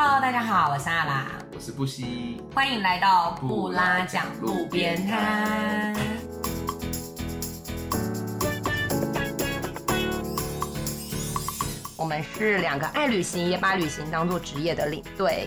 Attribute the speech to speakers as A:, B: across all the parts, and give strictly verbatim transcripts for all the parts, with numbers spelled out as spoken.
A: Hello， 大家好，我是阿拉，
B: 我是布希，
A: 欢迎来到布拉讲路边摊。我们是两个爱旅行也把旅行当作职业的领队。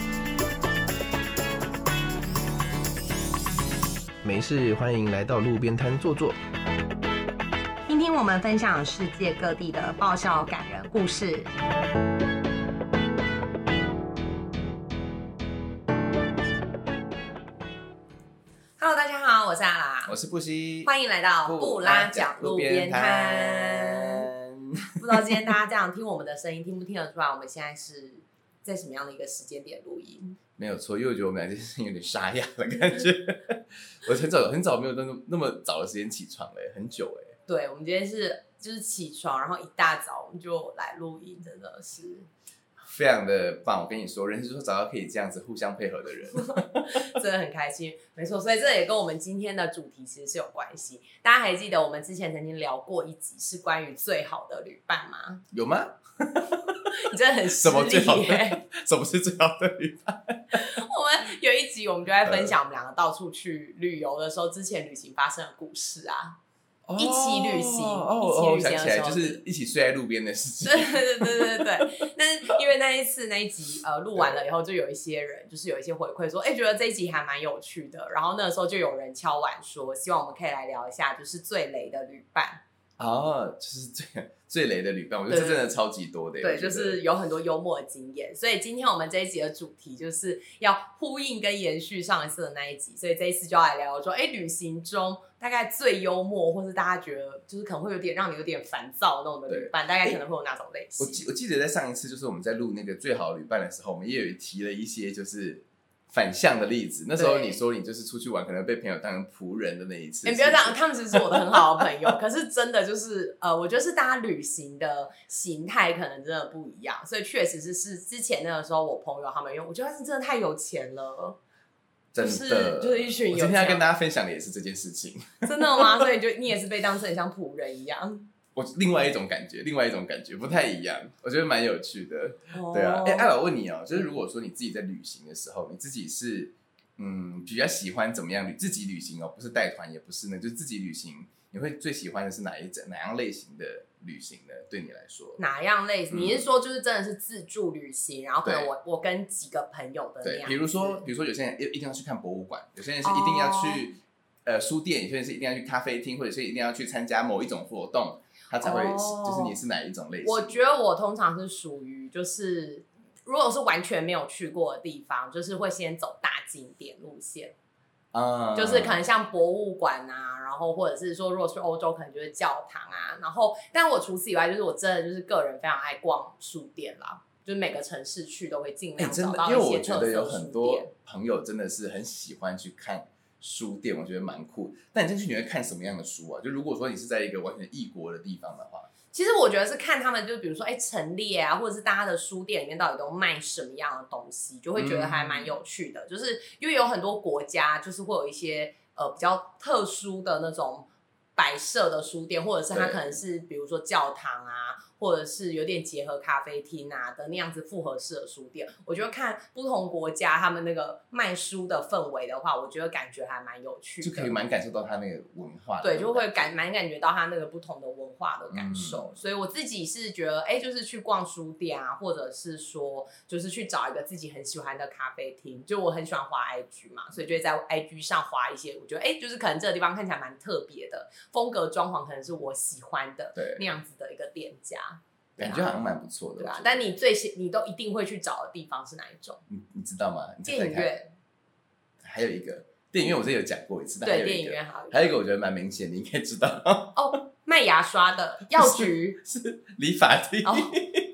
B: 没事，欢迎来到路边摊坐坐，
A: 听听我们分享世界各地的爆笑感人故事。Hello， 大家好，我是阿拉，
B: 我是布希，
A: 欢迎来到布拉讲路边摊。不知道今天大家这样听我们的声音，听不听得出来？我们现在是在什么样的一个时间点录音？
B: 没有错，因为我觉得我们俩这件事情有点沙哑的感觉。我很早很早没有那么那么早的时间起床了，很久哎。
A: 对，我们今天是就是起床，然后一大早我们就来录音，真的是
B: 非常的棒。我跟你说，人是说找到可以这样子互相配合的人，
A: 真的很开心。没错，所以这也跟我们今天的主题其实是有关系。大家还记得我们之前曾经聊过一集是关于最好的旅伴吗？
B: 有吗？
A: 你真的很失礼耶！
B: 什么是最好的旅伴？
A: 我们有一集我们就在分享我们两个到处去旅游的时候，之前旅行发生的故事啊。哦、一起旅行，
B: 哦、
A: 一起旅行的时候，
B: 想起来就是一起睡在路边的事情。
A: 对对对对对。但是因为那一次那一集呃录完了以后，就有一些人就是有一些回馈说，哎、欸，觉得这一集还蛮有趣的。然后那个时候就有人敲碗说，希望我们可以来聊一下，就是最雷的旅伴。
B: 哦，就是最最雷的旅伴，我觉得这真的超级多的。
A: 对，就是有很多幽默的经验，所以今天我们这一集的主题就是要呼应跟延续上一次的那一集，所以这一次就要来聊说，哎，旅行中大概最幽默，或是大家觉得就是可能会有点让你有点烦躁的那种的旅伴，大概可能会有哪种类型？
B: 我记我记得在上一次就是我们在录那个最好的旅伴的时候，我们也有提了一些就是反向的例子。那时候你说你就是出去玩可能被朋友当成仆人的那一次，
A: 你、欸、不要讲，他们其实是我的很好的朋友，可是真的就是呃，我觉得是大家旅行的形态可能真的不一样，所以确实是是之前那个时候我朋友他们用，我觉得他是真的太有钱了。
B: 真的，
A: 就是、就是一群有钱。
B: 我今天要跟大家分享的也是这件事情。
A: 真的吗？所以就你也是被当成很像仆人一样。
B: 我另外一种感觉，另外一种感觉不太一样，我觉得蛮有趣的。Oh. 对啊，哎、欸，艾我问你哦，就是如果说你自己在旅行的时候，你自己是嗯比较喜欢怎么样旅自己旅行哦，不是带团，也不是呢，就是自己旅行，你会最喜欢的是哪一种哪样类型的旅行呢？对你来说，
A: 哪样类型？嗯、你是说就是真的是自助旅行，然后可能我我跟几个朋友的那样？
B: 对，比如说比如说有些人一定要去看博物馆，有些人是一定要去、oh. 呃书店，有些人是一定要去咖啡厅，或者是一定要去参加某一种活动。他才会、oh, 就是你是哪一种类型？
A: 我觉得我通常是属于就是如果是完全没有去过的地方，就是会先走大景点路线，嗯，就是可能像博物馆啊，然后或者是说如果去欧洲可能就是教堂啊，然后但我除此以外就是我真的就是个人非常爱逛书店啦，就是每个城市去都会尽量找到一些特色书店、欸、因为我觉得
B: 有很多朋友真的是很喜欢去看书店，我觉得蛮酷。但你进去你会看什么样的书啊？就如果说你是在一个完全异国的地方的话，
A: 其实我觉得是看他们，就比如说哎陈列啊，或者是大家的书店里面到底都卖什么样的东西，就会觉得还蛮有趣的。嗯、就是因为有很多国家就是会有一些呃比较特殊的那种摆设的书店，或者是它可能是比如说教堂啊，或者是有点结合咖啡厅啊的那样子复合式的书店。我觉得看不同国家他们那个卖书的氛围的话，我觉得感觉还蛮有趣的，
B: 就可以蛮感受到他那个文化的，
A: 对，就会感蛮感觉到他那个不同的文化的感受。嗯、所以我自己是觉得，哎，就是去逛书店啊，或者是说，就是去找一个自己很喜欢的咖啡厅。就我很喜欢滑 I G 嘛，所以就会在 I G 上滑一些，我觉得哎，就是可能这个地方看起来蛮特别的，风格装潢可能是我喜欢的那样子的一个店家。
B: 感觉好像蛮不错的，
A: 对啊。但你最你都一定会去找的地方是哪一种？
B: 你你知道吗？你
A: 电影院。
B: 还有一个电影院，我之前有讲过一次。
A: 对，电影院好。
B: 还有一个我觉得蛮明显，你应该知道。
A: 哦，卖牙刷的药局
B: 是, 是理发厅。哦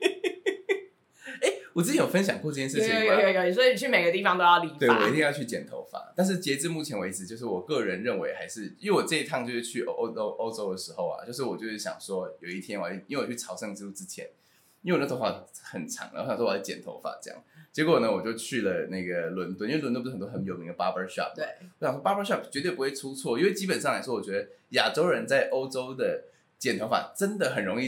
B: 我之前有分享过这件事情吗？
A: 有有有有，所以你去每个地方都要理发。
B: 对，我一定要去剪头发。但是截至目前为止，就是我个人认为还是，因为我这一趟就是去欧洲欧洲的时候啊，就是我就是想说，有一天我因为我去朝圣之路之前，因为我的头发很长，然后我想说我要剪头发这样。结果呢，我就去了那个伦敦，因为伦敦不是很多很有名的 barber shop。对，我想说 barber shop 绝对不会出错，因为基本上来说，我觉得亚洲人在欧洲的剪头发真的很容易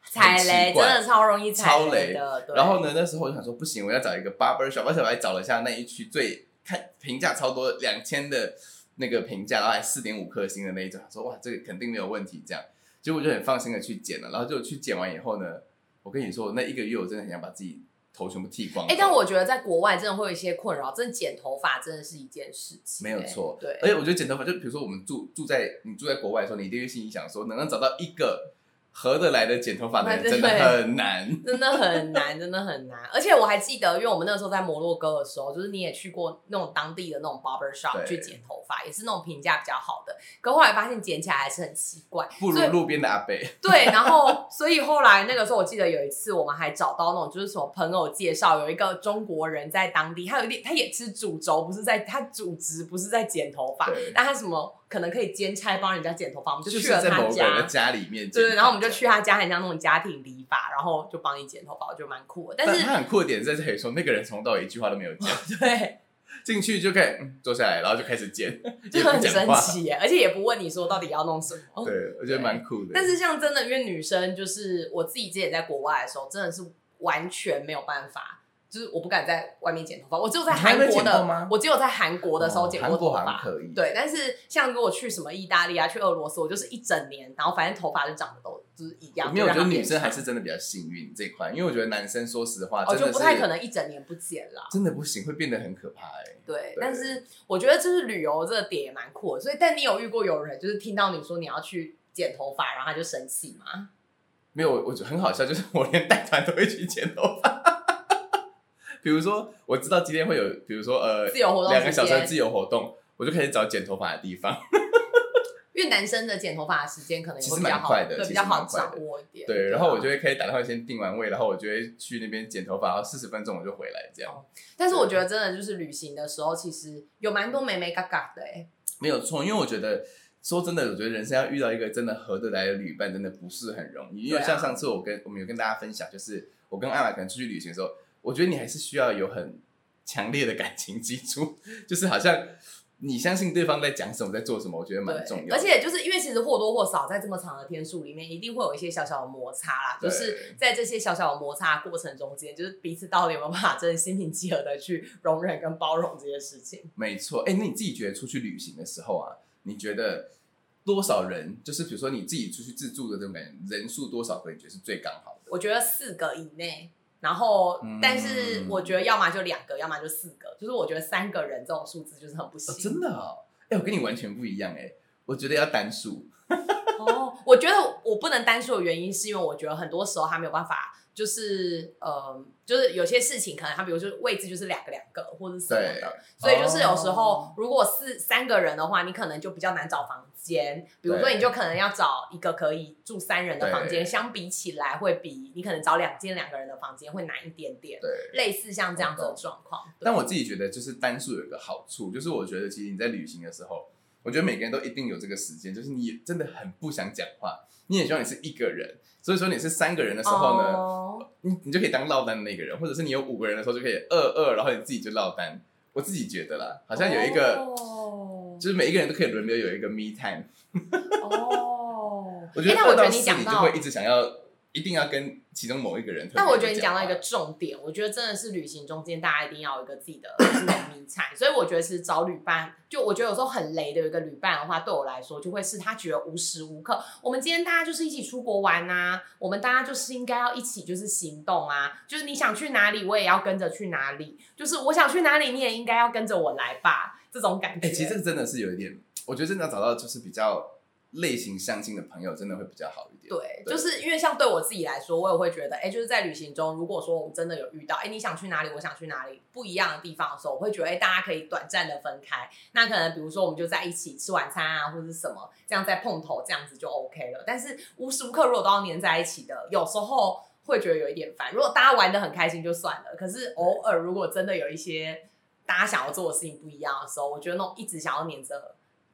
A: 踩雷真的超容易踩雷的。
B: 雷然后呢，那时候我就想说不行，我要找一个 barber shop， 而且我还找了一下那一区最看评价超多两千的那个评价，然后还四点五颗星的那一种，说哇这个肯定没有问题这样。结果我就很放心的去剪了，然后就去剪完以后呢，我跟你说那一个月我真的很想把自己头全部剃光。
A: 哎、欸，但我觉得在国外真的会有一些困扰，真的剪头发真的是一件事情、
B: 欸，没有错。
A: 对，
B: 而且我觉得剪头发，就比如说我们住住在你住在国外的时候，你一定会心里想说，能够找到一个合得来的剪头发的人真的很难，
A: 真的很难，真的很难。而且我还记得，因为我们那个时候在摩洛哥的时候，就是你也去过那种当地的那种 barber shop 去剪头发，也是那种评价比较好的。可后来发现剪起来还是很奇怪，
B: 不如路边的阿伯。
A: 对，然后所以后来那个时候，我记得有一次我们还找到那种就是什么朋友介绍，有一个中国人在当地，他有点他也是主轴，不是在他主职不是在剪头发，但他什么可能可以兼差帮人家剪头发，我们就去了他家，
B: 就是在某个人的家里面剪。
A: 对，然后我们就去他家，很像那种家庭理发，然后就帮你剪头发，我觉得蛮酷的。但是
B: 他很酷的点在这里说，那个人从头到尾一句话都没有讲，
A: 对，
B: 进去就可以、嗯、坐下来，然后就开始剪，
A: 就很神奇耶，而且也不问你说到底要弄什么。
B: 对，我觉得蛮酷的。
A: 但是像真的，因为女生就是我自己之前在国外的时候，真的是完全没有办法。就是我不敢在外面剪头发，我只有在韩国的，我只有在韩国的时候剪过头发。
B: 哦、可以。
A: 对，但是像如果去什么意大利啊、去俄罗斯，我就是一整年，然后反正头发就长得都就是一样。
B: 没有，我觉得女生还是真的比较幸运这一块，因为我觉得男生说实话，
A: 哦，就不太可能一整年不剪啦，
B: 真的不行，会变得很可怕哎、欸。
A: 对，但是我觉得就是旅游这个点也蛮酷的，所以但你有遇过有人就是听到你说你要去剪头发，然后他就生气吗？
B: 没有，我觉得很好笑，就是我连带团都会去剪头发。比如说，我知道今天会有，比如说呃，
A: 自由活动
B: 两个小时的自由活动，我就开始找剪头发的地方。
A: 因为男生的剪头发的时间可能也会
B: 比较好，
A: 对，比较好掌握一点。
B: 对，然后我就会可以打电话先定完位，然后我就会去那边剪头发，然后四十分钟我就回来这样。
A: 但是我觉得真的就是旅行的时候，其实有蛮多美美嘎嘎的哎、欸。
B: 没有错，因为我觉得说真的，我觉得人生要遇到一个真的合得来的旅伴，真的不是很容易。因为像上次我跟我们有跟大家分享，就是我跟艾玛可能出去旅行的时候。我觉得你还是需要有很强烈的感情基础，就是好像你相信对方在讲什么，在做什么，我觉得蛮重要的。
A: 而且就是因为其实或多或少在这么长的天数里面，一定会有一些小小的摩擦啦。就是在这些小小的摩擦的过程中间，就是彼此到底有没有办法真的心平气和的去容忍跟包容这些事情。
B: 没错，哎，那你自己觉得出去旅行的时候啊，你觉得多少人？就是比如说你自己出去自助的这种感觉，人数多少个你觉得是最刚好的？
A: 我觉得四个以内。然后，但是我觉得要么就两个，要么就四个，就是我觉得三个人这种数字就是很不行。
B: 哦、真的哦，哎，我跟你完全不一样哎，我觉得要单数。
A: 哦，我觉得我不能单数的原因是因为我觉得很多时候他没有办法，就是呃，就是有些事情可能他比如说位置就是两个两个或者什么的，所以就是有时候如果是三个人的话，你可能就比较难找房间，比如说你就可能要找一个可以住三人的房间，相比起来会比你可能找两间两个人的房间会难一点点，
B: 对，
A: 类似像这样子的状况。
B: 但我自己觉得就是单数有一个好处，就是我觉得其实你在旅行的时候，我觉得每个人都一定有这个时间，就是你真的很不想讲话，你也希望你是一个人，所以说你是三个人的时候呢， oh. 你你就可以当落单的那个人，或者是你有五个人的时候就可以二二，然后你自己就落单。我自己觉得啦，好像有一个， oh. 就是每一个人都可以轮流有一个 me time。哦，我觉得二到四你就会一直想要。一定要跟其中某一个人。
A: 但我觉得你讲到一个重点，我觉得真的是旅行中间大家一定要有一个自己的就是那种迷彩，所以我觉得是找旅伴，就我觉得有时候很雷的有一个旅伴的话，对我来说就会是他觉得无时无刻，我们今天大家就是一起出国玩啊，我们大家就是应该要一起就是行动啊，就是你想去哪里我也要跟着去哪里，就是我想去哪里你也应该要跟着我来吧，这种感觉。
B: 哎、欸，其实这个真的是有一点，我觉得真的要找到就是比较类型相近的朋友真的会比较好一点。
A: 对, 对，就是因为像对我自己来说，我也会觉得哎、欸，就是在旅行中如果说我们真的有遇到哎、欸，你想去哪里我想去哪里不一样的地方的时候，我会觉得哎、欸，大家可以短暂的分开，那可能比如说我们就在一起吃晚餐啊或者是什么，这样再碰头这样子就 OK 了。但是无时无刻如果都要黏在一起的，有时候会觉得有一点烦。如果大家玩得很开心就算了，可是偶尔如果真的有一些大家想要做的事情不一样的时候，我觉得那种一直想要黏着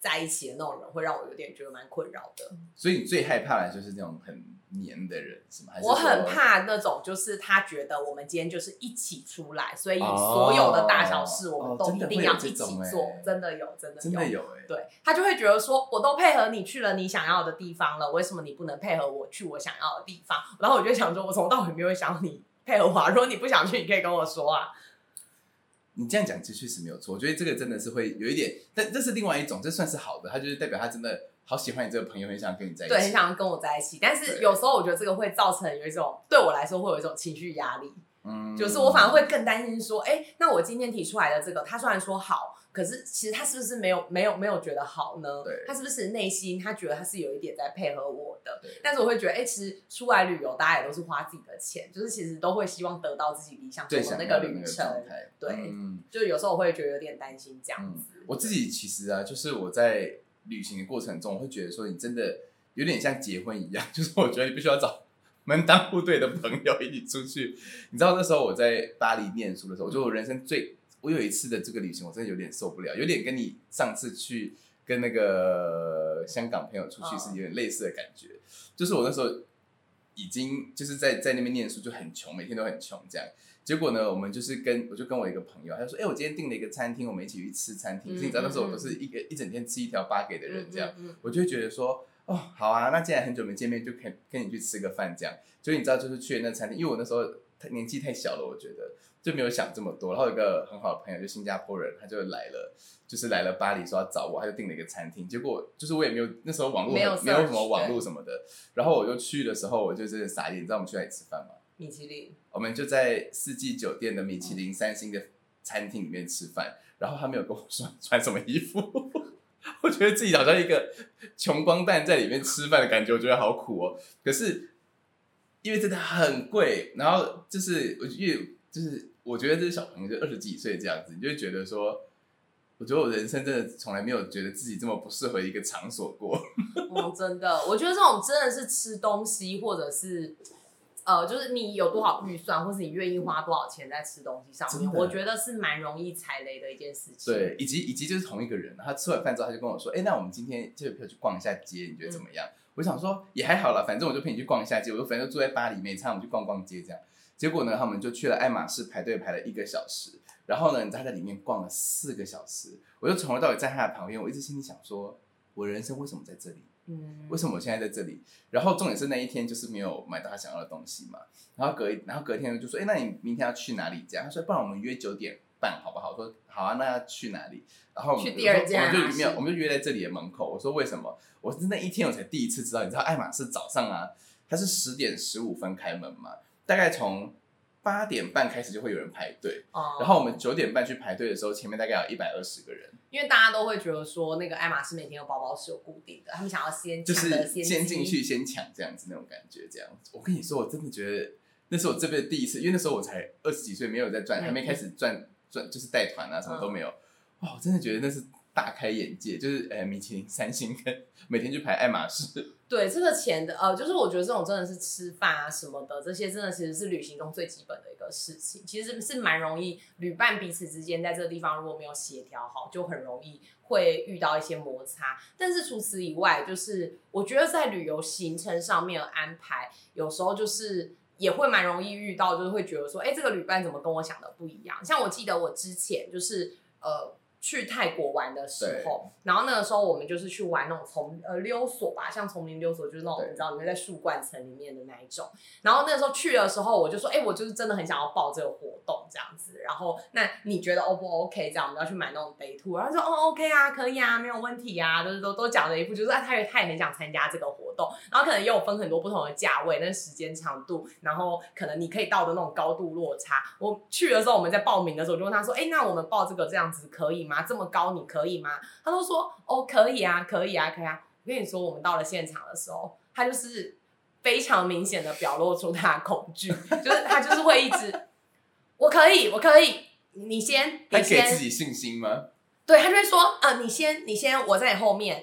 A: 在一起的那种人，会让我有点觉得蛮困扰的。
B: 所以你最害怕的就是那种很黏的人，是吗？还是
A: 我很怕那种，就是他觉得我们今天就是一起出来，所以所有的大小事我们都一定要一起做。哦、真的有，真的有，
B: 真的有哎、欸。
A: 对，他就会觉得说，我都配合你去了你想要的地方了，为什么你不能配合我去我想要的地方？然后我就想说，我从头到尾没有想要你配合我、啊，如果你不想去，你可以跟我说啊。
B: 你这样讲确实没有错，我觉得这个真的是会有一点，但这是另外一种，这算是好的，他就是代表他真的好喜欢你这个朋友，很想跟你在一起，
A: 对，很想跟我在一起。但是有时候我觉得这个会造成有一种对我来说会有一种情绪压力，嗯，就是我反而会更担心说，哎、欸，那我今天提出来的这个，他虽然说好，可是其实他是不是没有没有没有觉得好呢？
B: 对，
A: 他是不是内心他觉得他是有一点在配合我的？但是我会觉得，哎、欸，其实出来旅游大家也都是花自己的钱，就是其实都会希望得到自己理想中的那个旅程。对、嗯，就有时候我会觉得有点担心这样子、嗯。
B: 我自己其实啊，就是我在旅行的过程中，我会觉得说，你真的有点像结婚一样，就是我觉得你必须要找门当户对的朋友一起出去。你知道那时候我在巴黎念书的时候，我觉得我人生最我有一次的这个旅行，我真的有点受不了，有点跟你上次去跟那个香港朋友出去是有点类似的感觉。Oh. 就是我那时候已经就是在在那边念书就很穷，每天都很穷这样。结果呢，我们就是跟我就跟我一个朋友，他就说：“哎、欸，我今天订了一个餐厅，我们一起去吃餐厅。”嗯，可是你知道那时候我都是一个一整天吃一条八给的人这样，嗯嗯嗯，我就会觉得说：“哦，好啊，那既然很久没见面，就可以跟你去吃个饭这样。”所以你知道，就是去那餐厅，因为我那时候年纪太小了，我觉得就没有想这么多。然后有一个很好的朋友，就新加坡人，他就来了，就是来了巴黎说要找我，他就订了一个餐厅。结果就是我也没有那时候网络没有没有什么网络什么的，然后我就去的时候，我就真的傻眼。你知道我们去哪里吃饭吗？
A: 米其林，
B: 我们就在四季酒店的米其林三星的餐厅里面吃饭，然后他没有跟我说穿什么衣服，我觉得自己好像一个穷光蛋在里面吃饭的感觉，我觉得好苦哦。可是因为真的很贵，然后就是我因为就是我觉得这是小朋友就二十几岁这样子，你就会觉得说，我觉得我人生真的从来没有觉得自己这么不适合一个场所过。
A: 哦，真的，我觉得这种真的是吃东西或者是。呃，就是你有多少预算，或是你愿意花多少钱在吃东西上面，我觉得是蛮容易踩雷的一件事情。
B: 对，以及以及就是同一个人，他吃完饭之后他就跟我说：“哎、欸，那我们今天就有票去逛一下街，你觉得怎么样？”嗯、我想说也还好啦，反正我就陪你去逛一下街，我就反正就住在巴黎，没差，我们去逛逛街这样。结果呢，他们就去了爱马仕排队排了一个小时，然后呢，他在里面逛了四个小时，我就从头到尾站他的旁边，我一直心里想说，我人生为什么在这里？嗯，为什么我现在在这里？然后重点是那一天就是没有买到他想要的东西嘛。然后隔然后隔天就说：“哎、欸，那你明天要去哪里？”这样他说：“不然我们约九点半好不好？”我说：“好啊，那要去哪里？”然后我们
A: 去第二家，
B: 我们就没有，我们就约在这里的门口。我说：“为什么？”我是那一天我才第一次知道，你知道爱马仕早上啊，它是十点十五分开门嘛，大概从八点半开始就会有人排队，哦、然后我们九点半去排队的时候，前面大概有一百二十个人。
A: 因为大家都会觉得说，那个爱马仕每天的包包是有固定的，他们想要先
B: 就是先进去先抢这样子那种感觉，这样。我跟你说，我真的觉得那是我这辈子第一次，因为那时候我才二十几岁，没有在赚，还没开始赚赚，就是带团啊，什么都没有。哇、嗯，我真的觉得那是大开眼界，就是呃米其林三星跟每天去排爱马仕。
A: 对，这个钱的呃，就是我觉得这种真的是吃饭啊什么的，这些真的其实是旅行中最基本的一个事情，其实是蛮容易旅伴彼此之间在这个地方如果没有协调好，就很容易会遇到一些摩擦。但是除此以外，就是我觉得在旅游行程上面的安排，有时候就是也会蛮容易遇到，就是会觉得说，哎，这个旅伴怎么跟我想的不一样？像我记得我之前就是呃。去泰国玩的时候，然后那个时候我们就是去玩那种丛呃溜索吧，像丛林溜索，就是那种你知道你会在树冠层里面的那一种。然后那时候去的时候，我就说，哎、欸，我就是真的很想要报这个活动这样子。然后那你觉得 O 不 OK？ 这样我们要去买那种 day tour， 然后说哦 OK 啊，可以啊，没有问题啊，就是都都讲了一副就是啊，他也他也很想参加这个活动。然后可能也有分很多不同的价位，那时间长度，然后可能你可以到的那种高度落差。我去的时候，我们在报名的时候，我就问他说，哎、欸，那我们报这个这样子可以吗？这么高你可以吗？他都说哦，可以啊，可以啊，可以啊。我跟你说，我们到了现场的时候，他就是非常明显的表露出他的恐惧，就是他就是会一直，我可以，我可以，你先，你先。
B: 他给自己信心吗？
A: 对，他就会说，呃，你先，你先，我在你后面。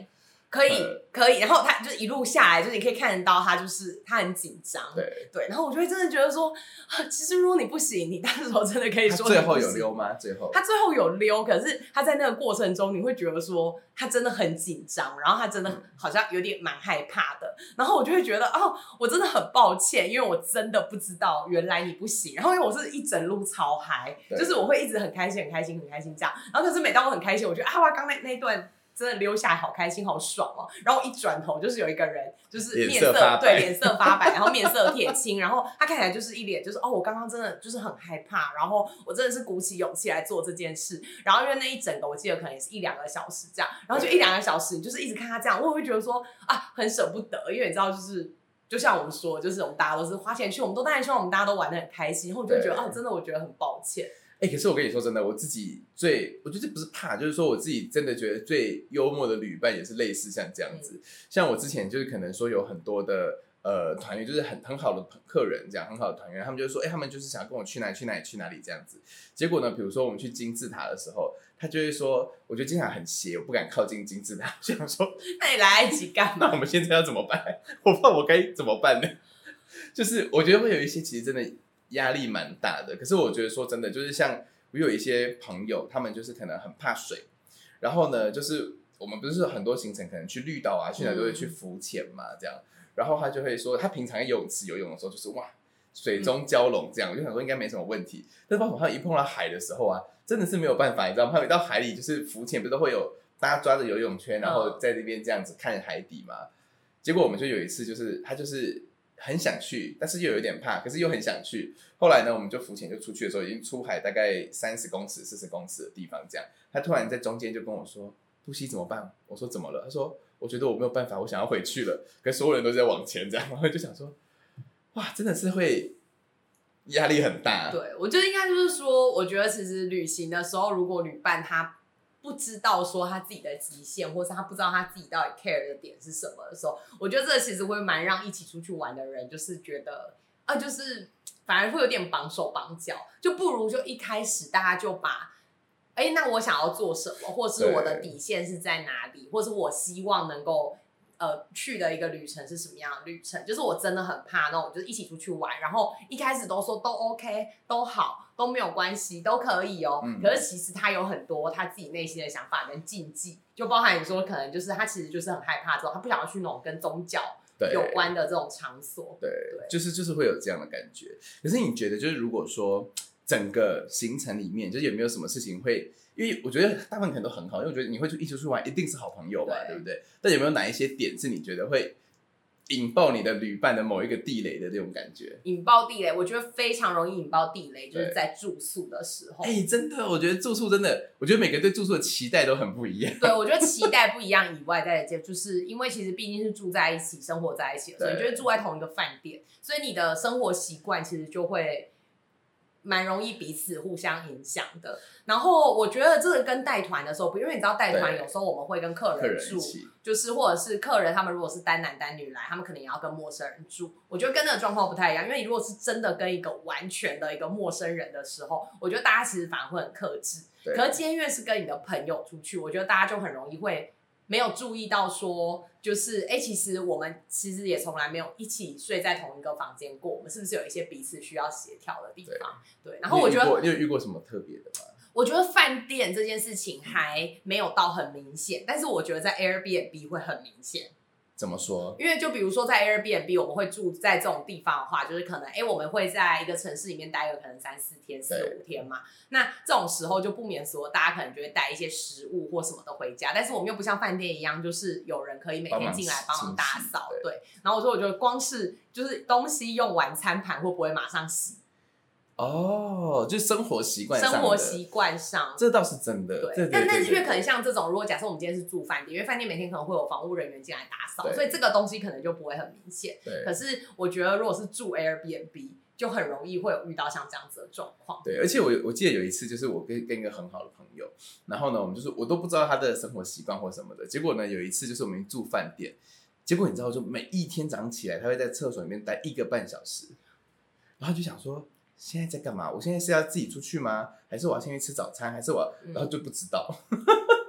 A: 可以、呃、可以，然后他就一路下来，就是你可以看得到他就是他很紧张，
B: 对
A: 对，然后我就会真的觉得说，其实如果你不行，你那时候真的可以说
B: 他最后有溜吗？最后
A: 他最后有溜，可是他在那个过程中，你会觉得说他真的很紧张，然后他真的好像有点蛮害怕的，然后我就会觉得哦，我真的很抱歉，因为我真的不知道原来你不行，然后因为我是一整路超嗨，就是我会一直很开心很开心很开心这样，然后可是每当我很开心，我觉得啊哇，刚那那一段。真的溜下来好开心好爽哦，然后一转头就是有一个人就是面色对脸色发白，然后面色铁青，然后他看起来就是一脸就是哦我刚刚真的就是很害怕，然后我真的是鼓起勇气来做这件事，然后因为那一整个我记得可能也是一两个小时这样，然后就一两个小时你就是一直看他这样，我会觉得说啊很舍不得，因为你知道就是就像我们说就是我们大家都是花钱去，我们都当然希望我们大家都玩得很开心，然后我就会觉得哦真的我觉得很抱歉。
B: 哎、欸，可是我跟你说真的，我自己最，我觉得这不是怕，就是说我自己真的觉得最幽默的旅伴也是类似像这样子。嗯、像我之前就是可能说有很多的呃团员，就是很很好的客人，这样很好的团员，他们就说，哎、欸，他们就是想跟我去哪里去哪里去哪里这样子。结果呢，比如说我们去金字塔的时候，他就会说，我觉得金字塔很邪，我不敢靠近金字塔。我想说，
A: 那你来埃及干嘛？
B: 那我们现在要怎么办？我不知道我该怎么办呢？就是我觉得会有一些其实真的压力蛮大的，可是我觉得说真的，就是像我有一些朋友，他们就是可能很怕水，然后呢，就是我们不是很多行程可能去绿岛啊，去哪都会去浮潜嘛，这样，然后他就会说，他平常在游泳池游泳的时候，就是哇，水中蛟龙这样，我就想说应该没什么问题，但是为什么他一碰到海的时候啊，真的是没有办法，你知道吗？他一到海里就是浮潜，不是都会有大家抓着游泳圈，然后在那边这样子看海底嘛？结果我们就有一次，就是他就是很想去，但是又有点怕，可是又很想去。后来呢，我们就浮潜就出去的时候，已经出海大概三十公尺、四十公尺的地方，这样，他突然在中间就跟我说：“布希怎么办？”我说：“怎么了？”他说：“我觉得我没有办法，我想要回去了。”可是所有人都在往前，这样，然后就想说：“哇，真的是会压力很大。”
A: 对，我觉得应该就是说，我觉得其实旅行的时候，如果旅伴他不知道说他自己的极限，或是他不知道他自己到底 care 的点是什么的时候，我觉得这其实会蛮让一起出去玩的人就是觉得啊，就是反而会有点绑手绑脚，就不如就一开始大家就把哎，那我想要做什么，或是我的底线是在哪里，或是我希望能够呃去的一个旅程是什么样的旅程，就是我真的很怕那种就是一起出去玩，然后一开始都说都 OK 都好都没有关系都可以哦、嗯、可是其实他有很多他自己内心的想法跟禁忌，就包含你说可能就是他其实就是很害怕之后他不想要去那种跟宗教有关的这种场所， 对,
B: 对，就是就是会有这样的感觉。可是你觉得就是如果说整个行程里面就是有没有什么事情会，因为我觉得大部分可能都很好，因为我觉得你会一起出去玩一定是好朋友嘛， 对, 对不对？但有没有哪一些点是你觉得会引爆你的旅伴的某一个地雷的这种感觉？
A: 引爆地雷，我觉得非常容易引爆地雷，就是在住宿的时候。
B: 哎、欸，真的，我觉得住宿真的，我觉得每个人对住宿的期待都很不一样。
A: 对，我觉得期待不一样以外，再就是因为其实毕竟是住在一起、生活在一起的，所以你就会住在同一个饭店，所以你的生活习惯其实就会蛮容易彼此互相影响的。然后我觉得这个跟带团的时候，因为你知道带团有时候我们会跟客人住，就是或者是客人他们如果是单男单女来，他们可能也要跟陌生人住。我觉得跟那个状况不太一样，因为你如果是真的跟一个完全的一个陌生人的时候，我觉得大家其实反而会很克制。可是今天因为是跟你的朋友出去，我觉得大家就很容易会没有注意到说，就是哎、欸，其实我们其实也从来没有一起睡在同一个房间过，我们是不是有一些彼此需要协调的地方？ 对, 对，然后我觉得
B: 你有遇过什么特别的吗？
A: 我觉得饭店这件事情还没有到很明显，但是我觉得在 Airbnb 会很明显。
B: 怎么说？
A: 因为就比如说在 Airbnb 我们会住在这种地方的话，就是可能哎，我们会在一个城市里面待个可能三四天、四五天嘛。那这种时候就不免说大家可能就会带一些食物或什么的回家，但是我们又不像饭店一样，就是有人可以每天进来帮忙打扫。对，对。然后我说，我觉得光是就是东西用完餐盘会不会马上洗？
B: 哦，就是生活习惯上的，
A: 生活习惯上，
B: 这倒是真的。
A: 对，但但是因为可能像这种，如果假设我们今天是住饭店，因为饭店每天可能会有防务人员进来打扫，所以这个东西可能就不会很明显。对，可是我觉得如果是住 Airbnb， 就很容易会有遇到像这样子的状况。
B: 对，而且我我记得有一次，就是我跟跟一个很好的朋友，然后呢，我们就是我都不知道他的生活习惯或什么的，结果呢，有一次就是我们住饭店，结果你知道，就每一天早上起来，他会在厕所里面待一个半小时，然后就想说，现在在干嘛？我现在是要自己出去吗？还是我要先去吃早餐？还是我要、嗯、然后就不知道。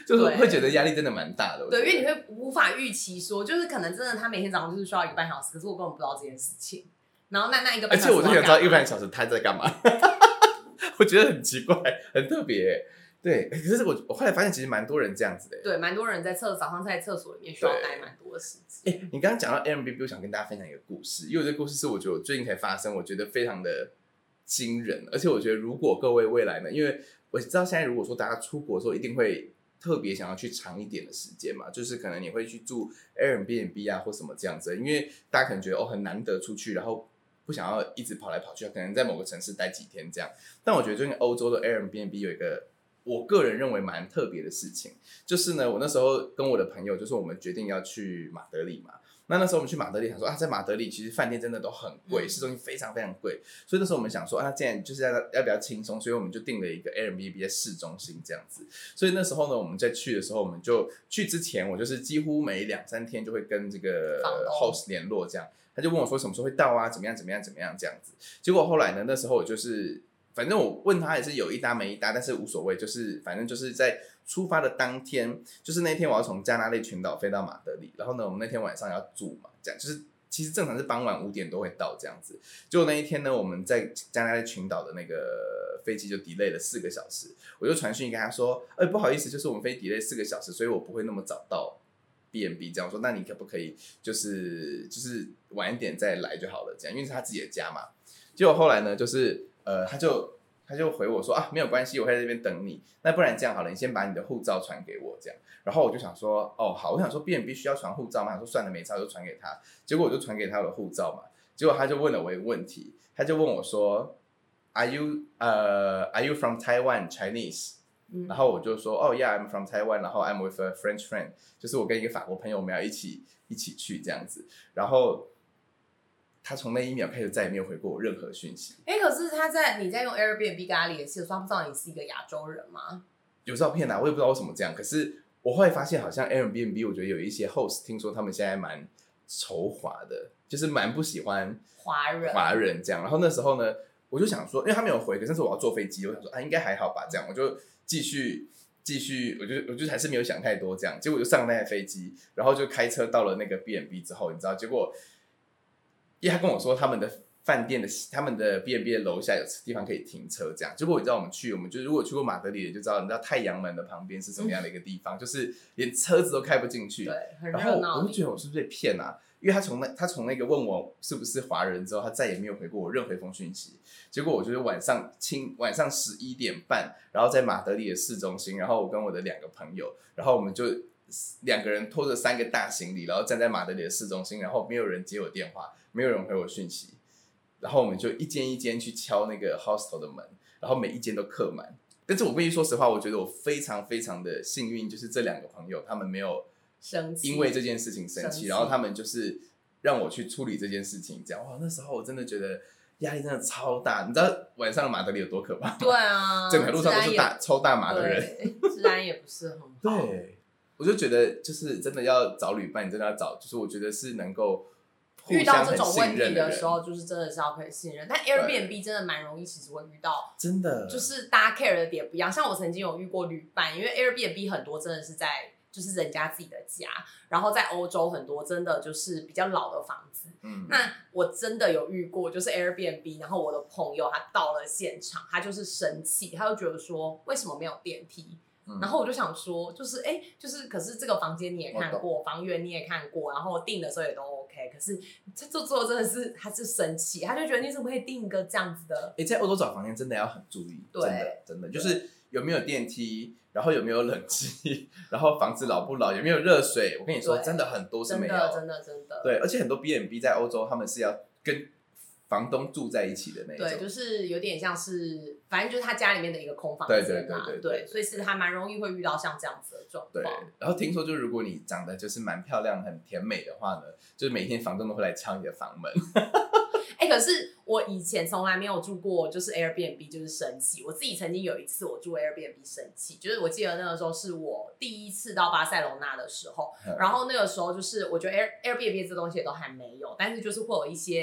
B: 就是会觉得压力真的蛮大的。
A: 对，因为你会无法预期说，就是可能真的他每天早上就是需要一个半小时，可是我根本不知道这件事情。然后那那一个半小时，
B: 而且我就想知道一个半小时他在干嘛，我觉得很奇怪，很特别。对，可是我我后来发现其实蛮多人这样子的。
A: 对，蛮多人在厕早上在厕所里面需要待蛮多的时间。
B: 哎，你刚刚讲到 Airbnb， 我想跟大家分享一个故事，因为这个故事是我觉得我最近才发生，我觉得非常的惊人，而且我觉得如果各位未来呢，因为我知道现在如果说大家出国的时候一定会特别想要去长一点的时间嘛，就是可能你会去住 Airbnb 啊或什么这样子，因为大家可能觉得哦很难得出去，然后不想要一直跑来跑去，可能在某个城市待几天这样。但我觉得最近欧洲的 Airbnb 有一个我个人认为蛮特别的事情，就是呢，我那时候跟我的朋友，就是我们决定要去马德里嘛。那那时候我们去马德里，想说啊，在马德里其实饭店真的都很贵，市中心非常非常贵，所以那时候我们想说啊，既然就是要要比较轻松，所以我们就订了一个 Airbnb 在市中心这样子。所以那时候呢，我们在去的时候，我们就去之前，我就是几乎每两三天就会跟这个 host 联络，这样他就问我说什么时候会到啊，怎么样怎么样怎么样这样子。结果后来呢，那时候我就是。反正我问他也是有一搭没一搭，但是无所谓，就是反正就是在出发的当天，就是那天我要从加那利群岛飞到马德里，然后呢，我们那天晚上要住嘛，这样就是其实正常是傍晚五点多会到这样子。结果那一天呢，我们在加那利群岛的那个飞机就 delay 了四个小时，我就传讯跟他说，哎、欸，不好意思，就是我们飞 delay 四个小时，所以我不会那么早到 B and B 这样说，那你可不可以就是就是晚一点再来就好了，这样，因为是他自己的家嘛。结果后来呢，就是呃，他就他就回我说啊，没有关系，我会在这边等你。那不然这样好了，你先把你的护照传给我，这样。然后我就想说，哦，好，我想说 B and B 需要传护照吗？想说算了，没差，就传给他。结果我就传给他我的护照嘛。结果他就问了我一个问题，他就问我说 ，Are you 呃、uh, Are you from Taiwan Chinese？嗯、然后我就说，哦、oh, ，Yeah，I'm from Taiwan， 然后 I'm with a French friend， 就是我跟一个法国朋友，我们要一起一起去这样子。然后他从那一秒开始再也没有回过我任何讯息。
A: 哎、欸，可是他在你在用 Airbnb 跟他联系的时候，他不知道你是一个亚洲人吗？
B: 有照片啊，我也不知道为什么这样。可是我后来发现，好像 Airbnb 我觉得有一些 host， 听说他们现在蛮仇华的，就是蛮不喜欢
A: 华人
B: 华人这样。然后那时候呢，我就想说，因为他没有回，可是我要坐飞机，我想说啊，应该还好吧，这样我就继续。继续，我就我就还是没有想太多这样，结果就上那台飞机，然后就开车到了那个 B and B 之后，你知道，结果，因为他跟我说他们的饭店的他们的 B and B 的楼下有地方可以停车，这样，结果你知道我们去，我们就如果去过马德里的就知道，你知道太阳门的旁边是什么样的一个地方，嗯、就是连车子都开不进去，
A: 对，很
B: 热闹。然后我就觉得我是不是被骗啊？因为他从那他从那个问我是不是华人之后，他再也没有回过我任何一封讯息。结果我就是晚上清晚上十一点半，然后在马德里的市中心，然后我跟我的两个朋友，然后我们就两个人拖着三个大行李，然后站在马德里的市中心，然后没有人接我电话，没有人回我讯息，然后我们就一间一间去敲那个 hostel 的门，然后每一间都客满。但是我必须说实话，我觉得我非常非常的幸运，就是这两个朋友他们没有因为这件事情生气，然后他们就是让我去处理这件事情，这样哇，那时候我真的觉得压力真的超大。你知道晚上的马德里有多可怕吗？
A: 对啊，
B: 整条路上都是大抽大麻的人，
A: 治安也不是很好。
B: 对，我就觉得就是真的要找旅伴，你真的要找，就是我觉得是能够
A: 遇到这种问题的时候，就是真的是要可以信任。但 Airbnb 真的蛮容易，其实会遇到，
B: 真的
A: 就是大家 care 的点不一样。像我曾经有遇过旅伴，因为 Airbnb 很多真的是在就是人家自己的家，然后在欧洲很多真的就是比较老的房子。嗯，那我真的有遇过，就是 Airbnb， 然后我的朋友他到了现场，他就是生气，他就觉得说为什么没有电梯？嗯、然后我就想说，就是哎，就是可是这个房间你也看过，房源你也看过，然后订的时候也都 OK， 可是他做做真的是他是生气，他就觉得你怎么可以订一个这样子的？
B: 哎，在欧洲找房间真的要很注意，真的真的就是有没有电梯，然后有没有冷气，然后房子老不老，有没有热水？我跟你说，真的很多是没有，
A: 真的真的真的。
B: 对，而且很多 B and B 在欧洲他们是要跟房东住在一起的那种，
A: 对，就是有点像是，反正就是他家里面的一个空房间嘛，
B: 对对对 对, 对, 对,
A: 对，所以是还蛮容易会遇到像这样子的状况。
B: 对，然后听说就如果你长得就是蛮漂亮、很甜美的话呢，就是每天房东都会来敲你的房门。
A: 哎、欸，可是我以前从来没有住过，就是 Airbnb 就是生气。我自己曾经有一次我住 Airbnb 生气，就是我记得那个时候是我第一次到巴塞隆纳的时候，嗯、然后那个时候就是我觉得 Air Airbnb 这东西也都还没有，但是就是会有一些。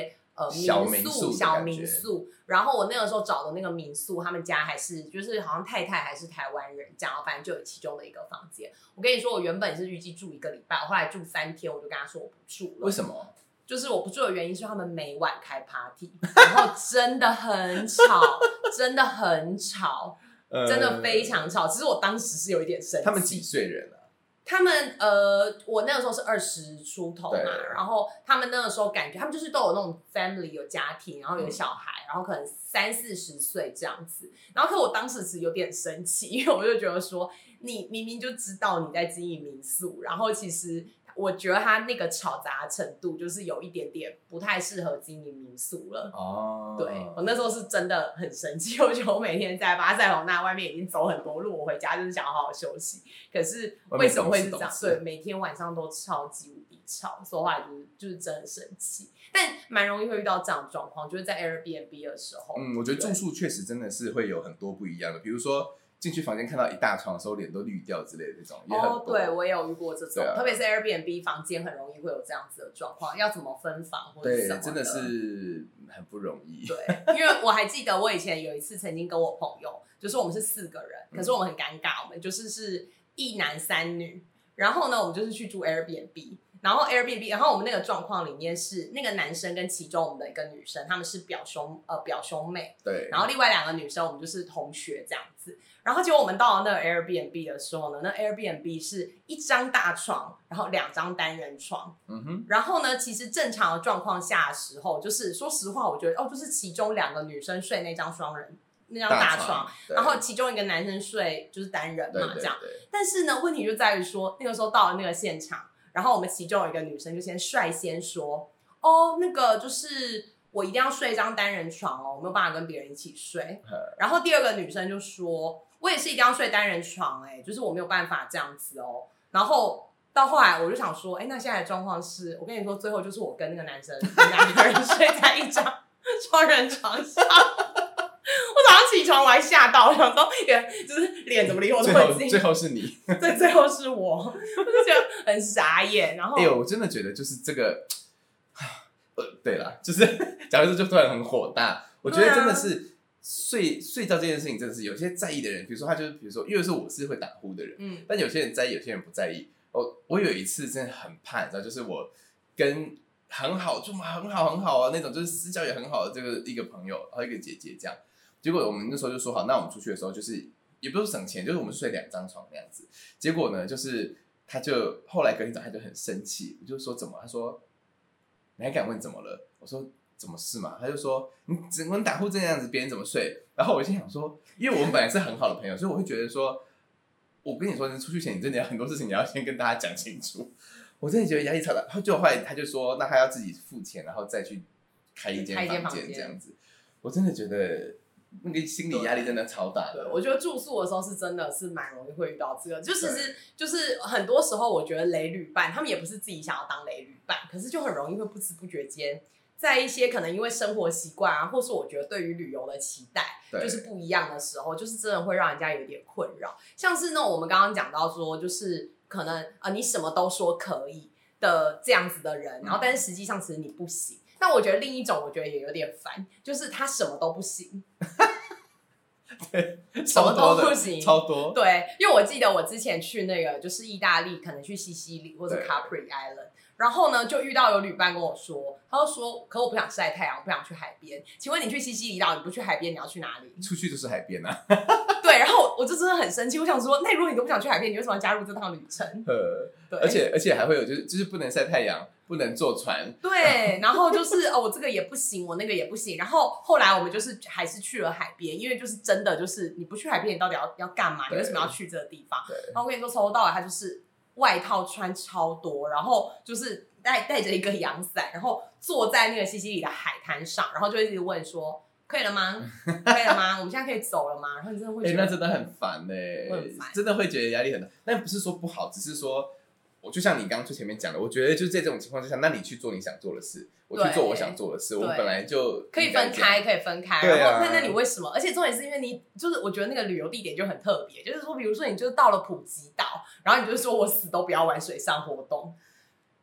A: 呃
B: 小
A: 民宿小民宿，然后我那个时候找的那个民宿，他们家还是就是好像太太还是台湾人这样，反正就有其中的一个房间。我跟你说，我原本是预计住一个礼拜，我后来住三天，我就跟他说我不住了。
B: 为什么？
A: 就是我不住的原因是他们每晚开 party， 然后真的很吵，真的很吵，真的非常吵。其实我当时是有一点生气。
B: 他们几岁人啊？
A: 他们呃，我那个时候是二十出头嘛，然后他们那个时候感觉他们就是都有那种 family 有家庭，然后有小孩，嗯、然后可能三四十岁这样子。然后可我当时是有点生气，因为我就觉得说，你明明就知道你在经营民宿，然后其实。我觉得他那个吵杂程度就是有一点点不太适合经营民宿了。哦，对，我那时候是真的很生气，我觉得我每天在巴塞罗那外面已经走很多路，我回家就是想要好好休息。可是为什么会是这样？对，每天晚上都超级无敌吵，所以后来就是就是真的生气。但蛮容易会遇到这样的状况，就是在 Airbnb 的时候。
B: 嗯，我觉得住宿确实真的是会有很多不一样的，比如说。进去房间看到一大床的时候，脸都绿掉之类的这种也很多。
A: 哦，对，我也有遇过这种，啊、特别是 Airbnb 房间很容易会有这样子的状况，要怎么分房或者什么的，
B: 对，真的是很不容易。
A: 对，因为我还记得我以前有一次曾经跟我朋友，就是我们是四个人，可是我们很尴尬，我们就是是一男三女，然后呢，我们就是去住 Airbnb。然后 Airbnb， 然后我们那个状况里面是那个男生跟其中我们的一个女生，他们是表兄呃表兄妹，
B: 对。
A: 然后另外两个女生我们就是同学这样子。然后结果我们到了那个 Airbnb 的时候呢，那 Airbnb 是一张大床，然后两张单人床。嗯哼。然后呢，其实正常的状况下的时候，就是说实话，我觉得哦，就是其中两个女生睡那张双人那张大床，大然后其中一个男生睡就是单人嘛，对对对这样。但是呢，问题就在于说，那个时候到了那个现场。然后我们其中有一个女生就先率先说：“哦，那个就是我一定要睡一张单人床哦，我没有办法跟别人一起睡。”然后第二个女生就说：“我也是一定要睡单人床，哎，就是我没有办法这样子哦。”然后到后来我就想说：“哎，那现在的状况是，我跟你说，最后就是我跟那个男生两个人睡在一张双人床上。”我早上起床我还吓到，我想说，就是脸怎么离我这么近？
B: 最后是你，
A: 对，最后是我，我就觉得很傻眼。然后，
B: 哎呦，我真的觉得就是这个，呃，对啦，就是假如说就突然很火大，我觉得真的是睡、啊、睡觉这件事情，真的是有些在意的人，比如说他就是，比如说，因为是我是会打呼的人，嗯，但有些人在意，有些人不在意。我我有一次真的很怕，你知道，就是我跟很好，就很好很好啊那种，就是私交也很好的这个一个朋友，然后一个姐姐这样。结果我们那时候就说好，那我们出去的时候就是也不是省钱，就是我们睡两张床那样子。结果呢，就是他就后来隔天早上他就很生气，我就说怎么？他说你还敢问怎么了？我说怎么事嘛？他就说你整个人打呼这样子，别人怎么睡？然后我就想说，因为我们本来是很好的朋友，所以我会觉得说，我跟你说，出去前你真的要很多事情你要先跟大家讲清楚。我真的觉得压力超大。然后就后来他就说，那他要自己付钱，然后再去开一间房间这样子。我真的觉得。那个心理压力真的超大的。
A: 对，我觉得住宿的时候是真的是蛮容易会遇到这个，就其实就是很多时候我觉得雷旅伴他们也不是自己想要当雷旅伴，可是就很容易会不知不觉间，在一些可能因为生活习惯啊，或是我觉得对于旅游的期待就是不一样的时候，就是真的会让人家有点困扰。像是呢，我们刚刚讲到说，就是可能呃你什么都说可以的这样子的人，然后但是实际上其实你不行。但我觉得另一种，我觉得也有点烦，就是他什么都不行，
B: 对，
A: 什么都不行，
B: 超多。
A: 对，因为我记得我之前去那个就是意大利，可能去西西里或者 Capri Island， 然后呢就遇到有旅伴跟我说，他就说，可我不想晒太阳，我不想去海边。请问你去西西里岛，你不去海边，你要去哪里？
B: 出去就是海边啊。
A: 对，然后我就真的很生气，我想说，那如果你都不想去海边，你为什么要加入这趟旅程？
B: 呃，对，而且而且还会有就是就是不能晒太阳。不能坐船，
A: 对，然后就是哦，我这个也不行，我那个也不行，然后后来我们就是还是去了海边，因为就是真的就是你不去海边，你到底要要干嘛？你为什么要去这个地方？然后我跟你说，从头到尾他就是外套穿超多，然后就是带带着一个阳伞，然后坐在那个西西里的海滩上，然后就一直问说。可以了吗？可以了吗？我们现在可以走了吗？然后你真的会觉得，
B: 欸、那真的很烦哎、欸，真的会觉得压力很大。但不是说不好，只是说。我就像你刚刚最前面讲的，我觉得就是在这种情况之下，那你去做你想做的事，我去做我想做的事，我们本来就
A: 可以分开，可以分开。
B: 对啊、
A: 然后那那你为什么？而且重点是因为你就是我觉得那个旅游地点就很特别，就是说，比如说你就是到了普吉岛，然后你就说我死都不要玩水上活动。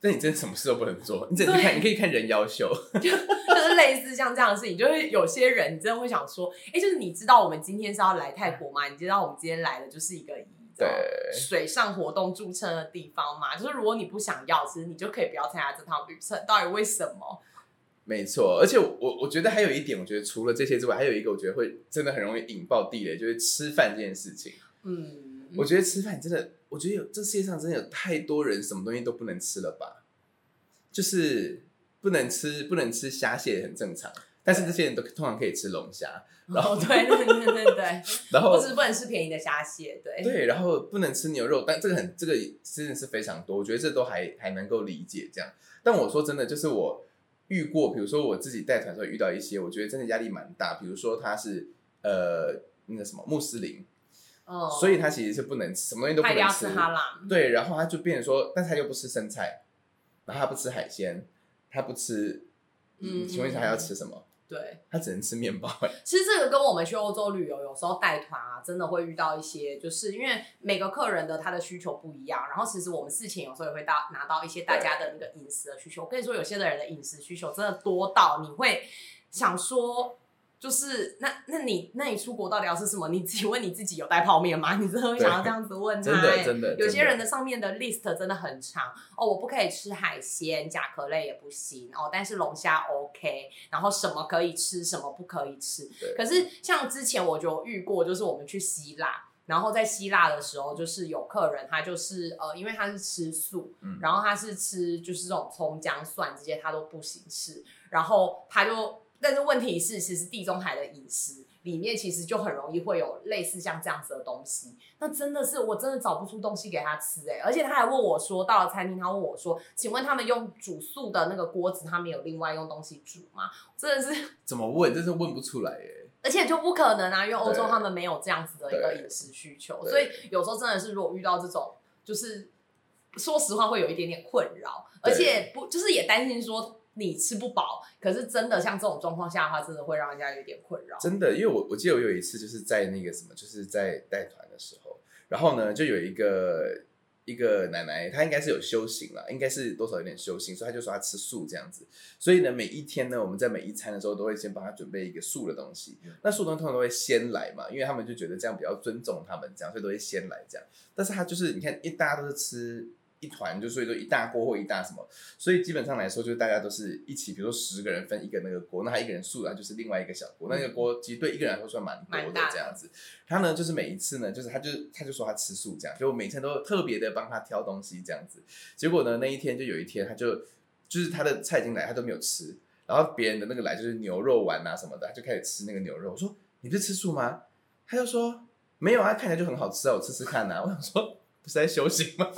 B: 但你真的什么事都不能做，你只能看，你可以看人妖秀，
A: 就就是类似像这样的事情，就是有些人你真的会想说，哎、欸，就是你知道我们今天是要来泰国吗？你知道我们今天来的就是一个以水上活动著称的地方嘛？就是如果你不想要，其实你就可以不要参加这趟旅程。到底为什么？
B: 没错，而且我我觉得还有一点，我觉得除了这些之外，还有一个我觉得会真的很容易引爆地雷，就是吃饭这件事情。嗯，我觉得吃饭真的，我觉得有这世界上真的有太多人什么东西都不能吃了吧？就是不能吃，不能吃虾蟹很正常，但是这些人都通常可以吃龙虾。然后、
A: 哦、对对对对对，
B: 然后
A: 或是不能吃便宜的虾蟹，对
B: 对，然后不能吃牛肉，但这个很这个真的是非常多，我觉得这都还还能够理解这样。但我说真的，就是我遇过，比如说我自己带团的时候遇到一些，我觉得真的压力蛮大。比如说他是呃那个什么穆斯林，哦，所以他其实是不能吃什么东西都不能吃，
A: 他要吃哈拉，
B: 对，然后他就变成说，但是他又不吃生菜，然后他不吃海鲜，他不吃，嗯，请问一下他要吃什么？
A: 对，
B: 他只能吃面包。
A: 其实这个跟我们去欧洲旅游有时候带团啊，真的会遇到一些，就是因为每个客人的他的需求不一样，然后其实我们事前有时候也会到拿到一些大家的那个饮食的需求。我跟你说，有些的人的饮食需求真的多到你会想说，就是那那你那你出国到底要吃什么？你自己问你自己有带泡面吗？你真的会想要这样子问他、欸？
B: 真的真的，
A: 有些人的上面的 list 真的很长哦，我不可以吃海鲜，甲壳类也不行哦，但是龙虾 OK， 然后什么可以吃，什么不可以吃。可是像之前我就遇过，就是我们去希腊。然后在希腊的时候，就是有客人他就是呃，因为他是吃素，嗯、然后他是吃就是这种葱姜蒜这些他都不行吃，然后他就。但是问题是，其实地中海的饮食里面其实就很容易会有类似像这样子的东西。那真的是我真的找不出东西给他吃哎、欸，而且他还问我说，到了餐厅他问我说，请问他们用煮素的那个锅子，他们有另外用东西煮吗？真的是
B: 怎么问？真是问不出来耶、欸。
A: 而且就不可能啊，因为欧洲他们没有这样子的一个饮食需求，所以有时候真的是如果遇到这种，就是说实话会有一点点困扰，而且不就是也担心说。你吃不饱，可是真的像这种状况下的话，真的会让人家有点困扰。
B: 真的，因为我我记得我有一次就是在那个什么，就是在带团的时候，然后呢，就有一个一个奶奶，她应该是有修行啦，应该是多少有点修行，所以她就说她吃素这样子。所以呢，每一天呢，我们在每一餐的时候都会先帮她准备一个素的东西。那素的东西通常都会先来嘛，因为他们就觉得这样比较尊重他们，这样所以都会先来这样。但是她就是你看，因为大家都是吃。一团就所以说一大锅或一大什么，所以基本上来说就是大家都是一起，比如说十个人分一个那个锅，那他一个人素的就是另外一个小锅，那个锅其实对一个人来说算蛮多的这样子。他呢就是每一次呢，就是他就他就说他吃素这样，就我每天都特别的帮他挑东西这样子。结果呢那一天就有一天他就就是他的菜已经来，他都没有吃，然后别人的那个来就是牛肉丸啊什么的，他就开始吃那个牛肉。我说你不是吃素吗？他就说没有啊，看起来就很好吃啊，我吃吃看啊。我想说不是在修行吗？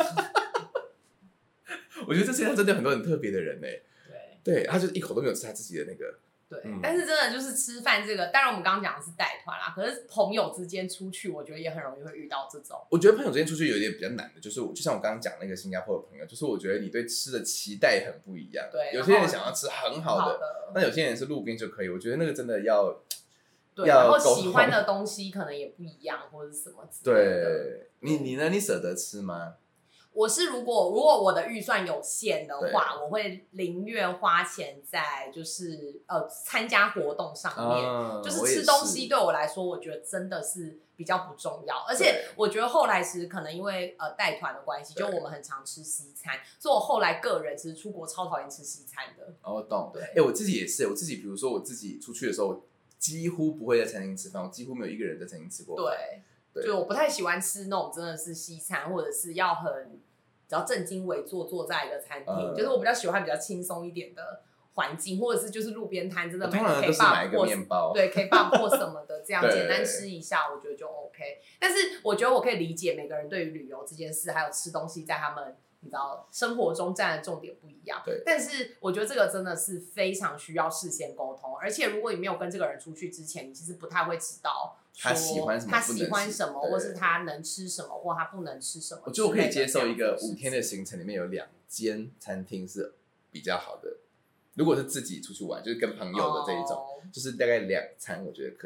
B: 我觉得这世界上真的有很多很特别的人呢、欸。对，对，他就一口都没有吃他自己的那个。
A: 对，嗯、但是真的就是吃饭这个，当然我们刚刚讲的是带团啦，可是朋友之间出去，我觉得也很容易会遇到这种。
B: 我觉得朋友之间出去有一点比较难的，就是就像我刚刚讲那个新加坡的朋友，就是我觉得你对吃的期待很不一样。
A: 对，
B: 有些人想要吃很好的，那有些人是路边就可以。我觉得那个真的要。
A: 对，然后喜欢的东西可能也不一样，或者是什么之类的。
B: 对，你你呢？你舍得吃吗？
A: 我是如果如果我的预算有限的话，我会宁愿花钱在就是呃参加活动上面，啊、就是吃东西对我来说，我觉得真的是比较不重要。而且我觉得后来其实可能因为呃带团的关系，就我们很常吃西餐，所以我后来个人其实出国超讨厌吃西餐的。
B: 哦，懂。对，哎、欸，我自己也是，我自己比如说我自己出去的时候，几乎不会在餐厅吃饭，我几乎没有一个人在餐厅吃过饭。
A: 对。就我不太喜欢吃那种真的是西餐，或者是要很比较正襟危坐坐在一个餐厅、嗯，就是我比较喜欢比较轻松一点的环境，或者是就是路边摊真的买个 K
B: 爸或面包，
A: 对 K 爸或什么的，这样简单吃一下，我觉得就 OK。但是我觉得我可以理解每个人对于旅游这件事，还有吃东西在他们你知道生活中占的重点不一样。
B: 对，
A: 但是我觉得这个真的是非常需要事先沟通，而且如果你没有跟这个人出去之前，你其实不太会知道。
B: 他喜欢什么？
A: 他喜欢什么，或是他能吃什么，或他不能吃什么。
B: 我觉得我可以接受一个五天的行程里面有两间餐厅是比较好的。如果是自己出去玩，就是跟朋友的这一种，哦、就是大概两餐，我觉得可以。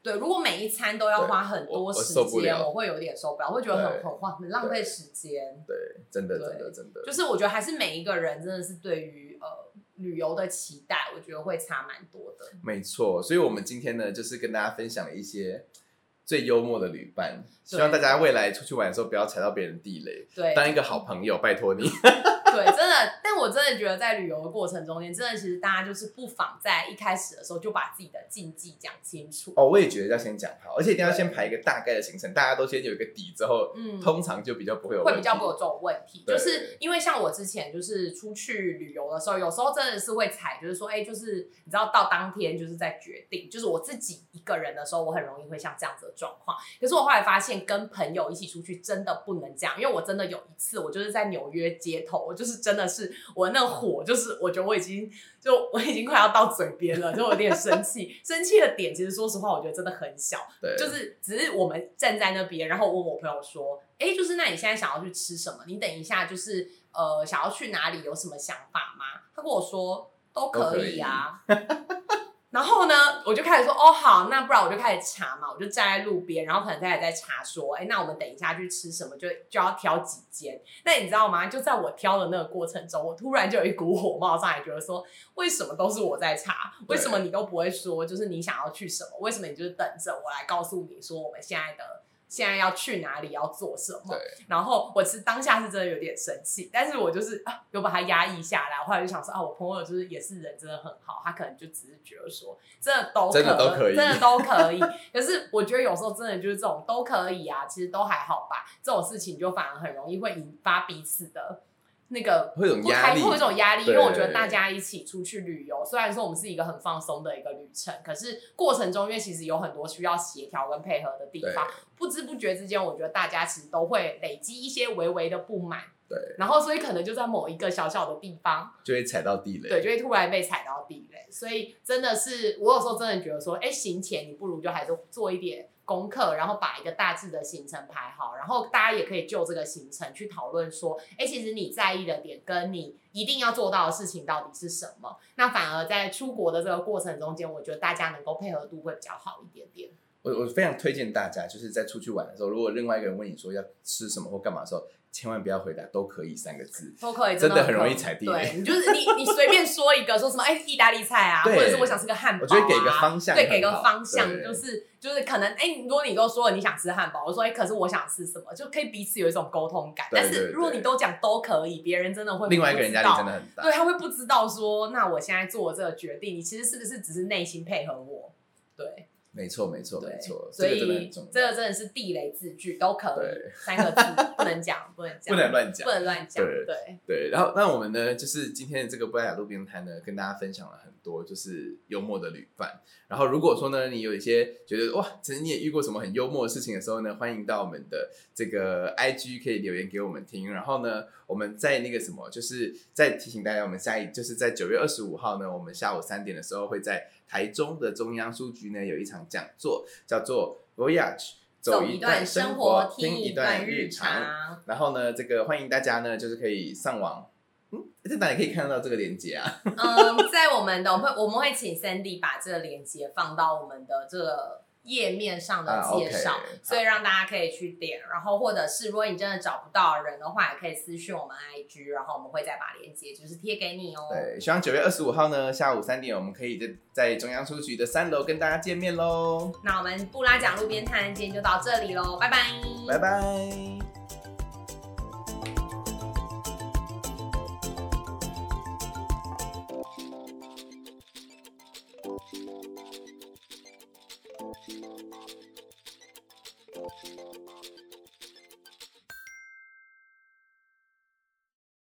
A: 对，如果每一餐都要花很多时间，我, 我会有点受不了，我会觉得很很花，很浪费时间。
B: 对，真的，真的，真的，
A: 就是我觉得还是每一个人真的是对于呃旅游的期待，我觉得会差蛮多的。
B: 没错，所以我们今天呢，就是跟大家分享了一些最幽默的旅伴，希望大家未来出去玩的时候不要踩到别人地雷，对，当一个好朋友，拜托你。
A: 对，真的，但我真的觉得在旅游的过程中间，真的其实大家就是不妨在一开始的时候就把自己的禁忌讲清楚。
B: 哦，我也觉得要先讲好，而且一定要先排一个大概的行程，大家都先有一个底之后，嗯，通常就比较不会有问题，
A: 会比较不会有这种问题。就是因为像我之前就是出去旅游的时候，有时候真的是会踩，就是说，哎，就是你知道到当天就是在决定，就是我自己一个人的时候，我很容易会像这样子的状况。可是我后来发现，跟朋友一起出去真的不能这样，因为我真的有一次，我就是在纽约街头，我就是真的是。我那火就是我觉得我已经就我已经快要到嘴边了，就有点生气。生气的点其实说实话我觉得真的很小，就是只是我们站在那边，然后我问我朋友说，哎，就是那你现在想要去吃什么？你等一下就是呃想要去哪里？有什么想法吗？他跟我说都可以啊。然后呢，我就开始说，哦好，那不然我就开始查嘛，我就站在路边，然后可能他也在查说，哎，那我们等一下去吃什么，就就要挑几间。那你知道吗？就在我挑的那个过程中，我突然就有一股火冒上来，觉得说，为什么都是我在查？为什么你都不会说，就是你想要去什么？为什么你就是等着我来告诉你说我们现在的？现在要去哪里，要做什么？然后我其实当下是真的有点生气，但是我就是啊，有把它压抑下来。我后来就想说啊，我朋友就是也是人真的很好，他可能就只是觉得说真的都可
B: 真的都可以，
A: 真的都可以。可是我觉得有时候真的就是这种都可以啊，其实都还好吧。这种事情就反而很容易会引发彼此的。那个
B: 会有一种压力，
A: 会有一种压力，因为我觉得大家一起出去旅游，虽然说我们是一个很放松的一个旅程，可是过程中因为其实有很多需要协调跟配合的地方，不知不觉之间，我觉得大家其实都会累积一些微微的不满，对，然后所以可能就在某一个小小的地方
B: 就会踩到地雷，
A: 对，就会突然被踩到地雷，所以真的是我有时候真的觉得说，哎，行前你不如就还是做一点功课，然后把一个大致的行程排好，然后大家也可以就这个行程去讨论说，哎，其实你在意的点跟你一定要做到的事情到底是什么？那反而在出国的这个过程中间，我觉得大家能够配合度会比较好一点点。
B: 我我非常推荐大家，就是在出去玩的时候，如果另外一个人问你说要吃什么或干嘛的时候，千万不要回答都可以三个字，
A: 都可以，
B: 真的很容易踩地雷。
A: 对，你就是你你随便说一个，说什么哎意大利菜啊，或者是我想吃个汉堡、啊，
B: 我觉得给个方向，
A: 对，给个方向，就是就是可能哎，如果你都说了你想吃汉堡，我说哎，可是我想吃什么，就可以彼此有一种沟通感。但是如果你都讲都可以，别人真的会
B: 另外一个人压力真的很大，
A: 对，他会不知道说，那我现在做的这个决定，你其实是不是只是内心配合我？对。
B: 没错，没错，没错，
A: 所以这个真的是地雷字句，都可以三个字，不能讲，不能讲，
B: 不能乱讲，
A: 不能乱讲，对对
B: 对。然后，那我们呢，就是今天的这个不雅路边摊呢，跟大家分享了很多就是幽默的旅伴。然后，如果说呢，你有一些觉得哇，曾经你也遇过什么很幽默的事情的时候呢，欢迎到我们的这个 I G 可以留言给我们听。然后呢，我们在那个什么，就是再提醒大家，我们下一就是在九月二十五号呢，我们下午三点的时候会在台中的中央书局呢有一场讲座，叫做 Voyage 走一段生活，听一段日常。然后呢，这个欢迎大家呢，就是可以上网。嗯，在哪里可以看得到这个连结啊？
A: 嗯，在我们的我们会我们会请 Sandy 把这个连结放到我们的这个页面上的介绍，啊 okay, 所以让大家可以去点。然后或者是如果你真的找不到人的话，也可以私讯我们 I G， 然后我们会再把连结就是贴给你哦。
B: 对，希望九月二十五号呢下午三点，我们可以在在中央书局的三楼跟大家见面喽。
A: 那我们布拉讲路边摊今天就到这里喽，拜拜，
B: 拜拜。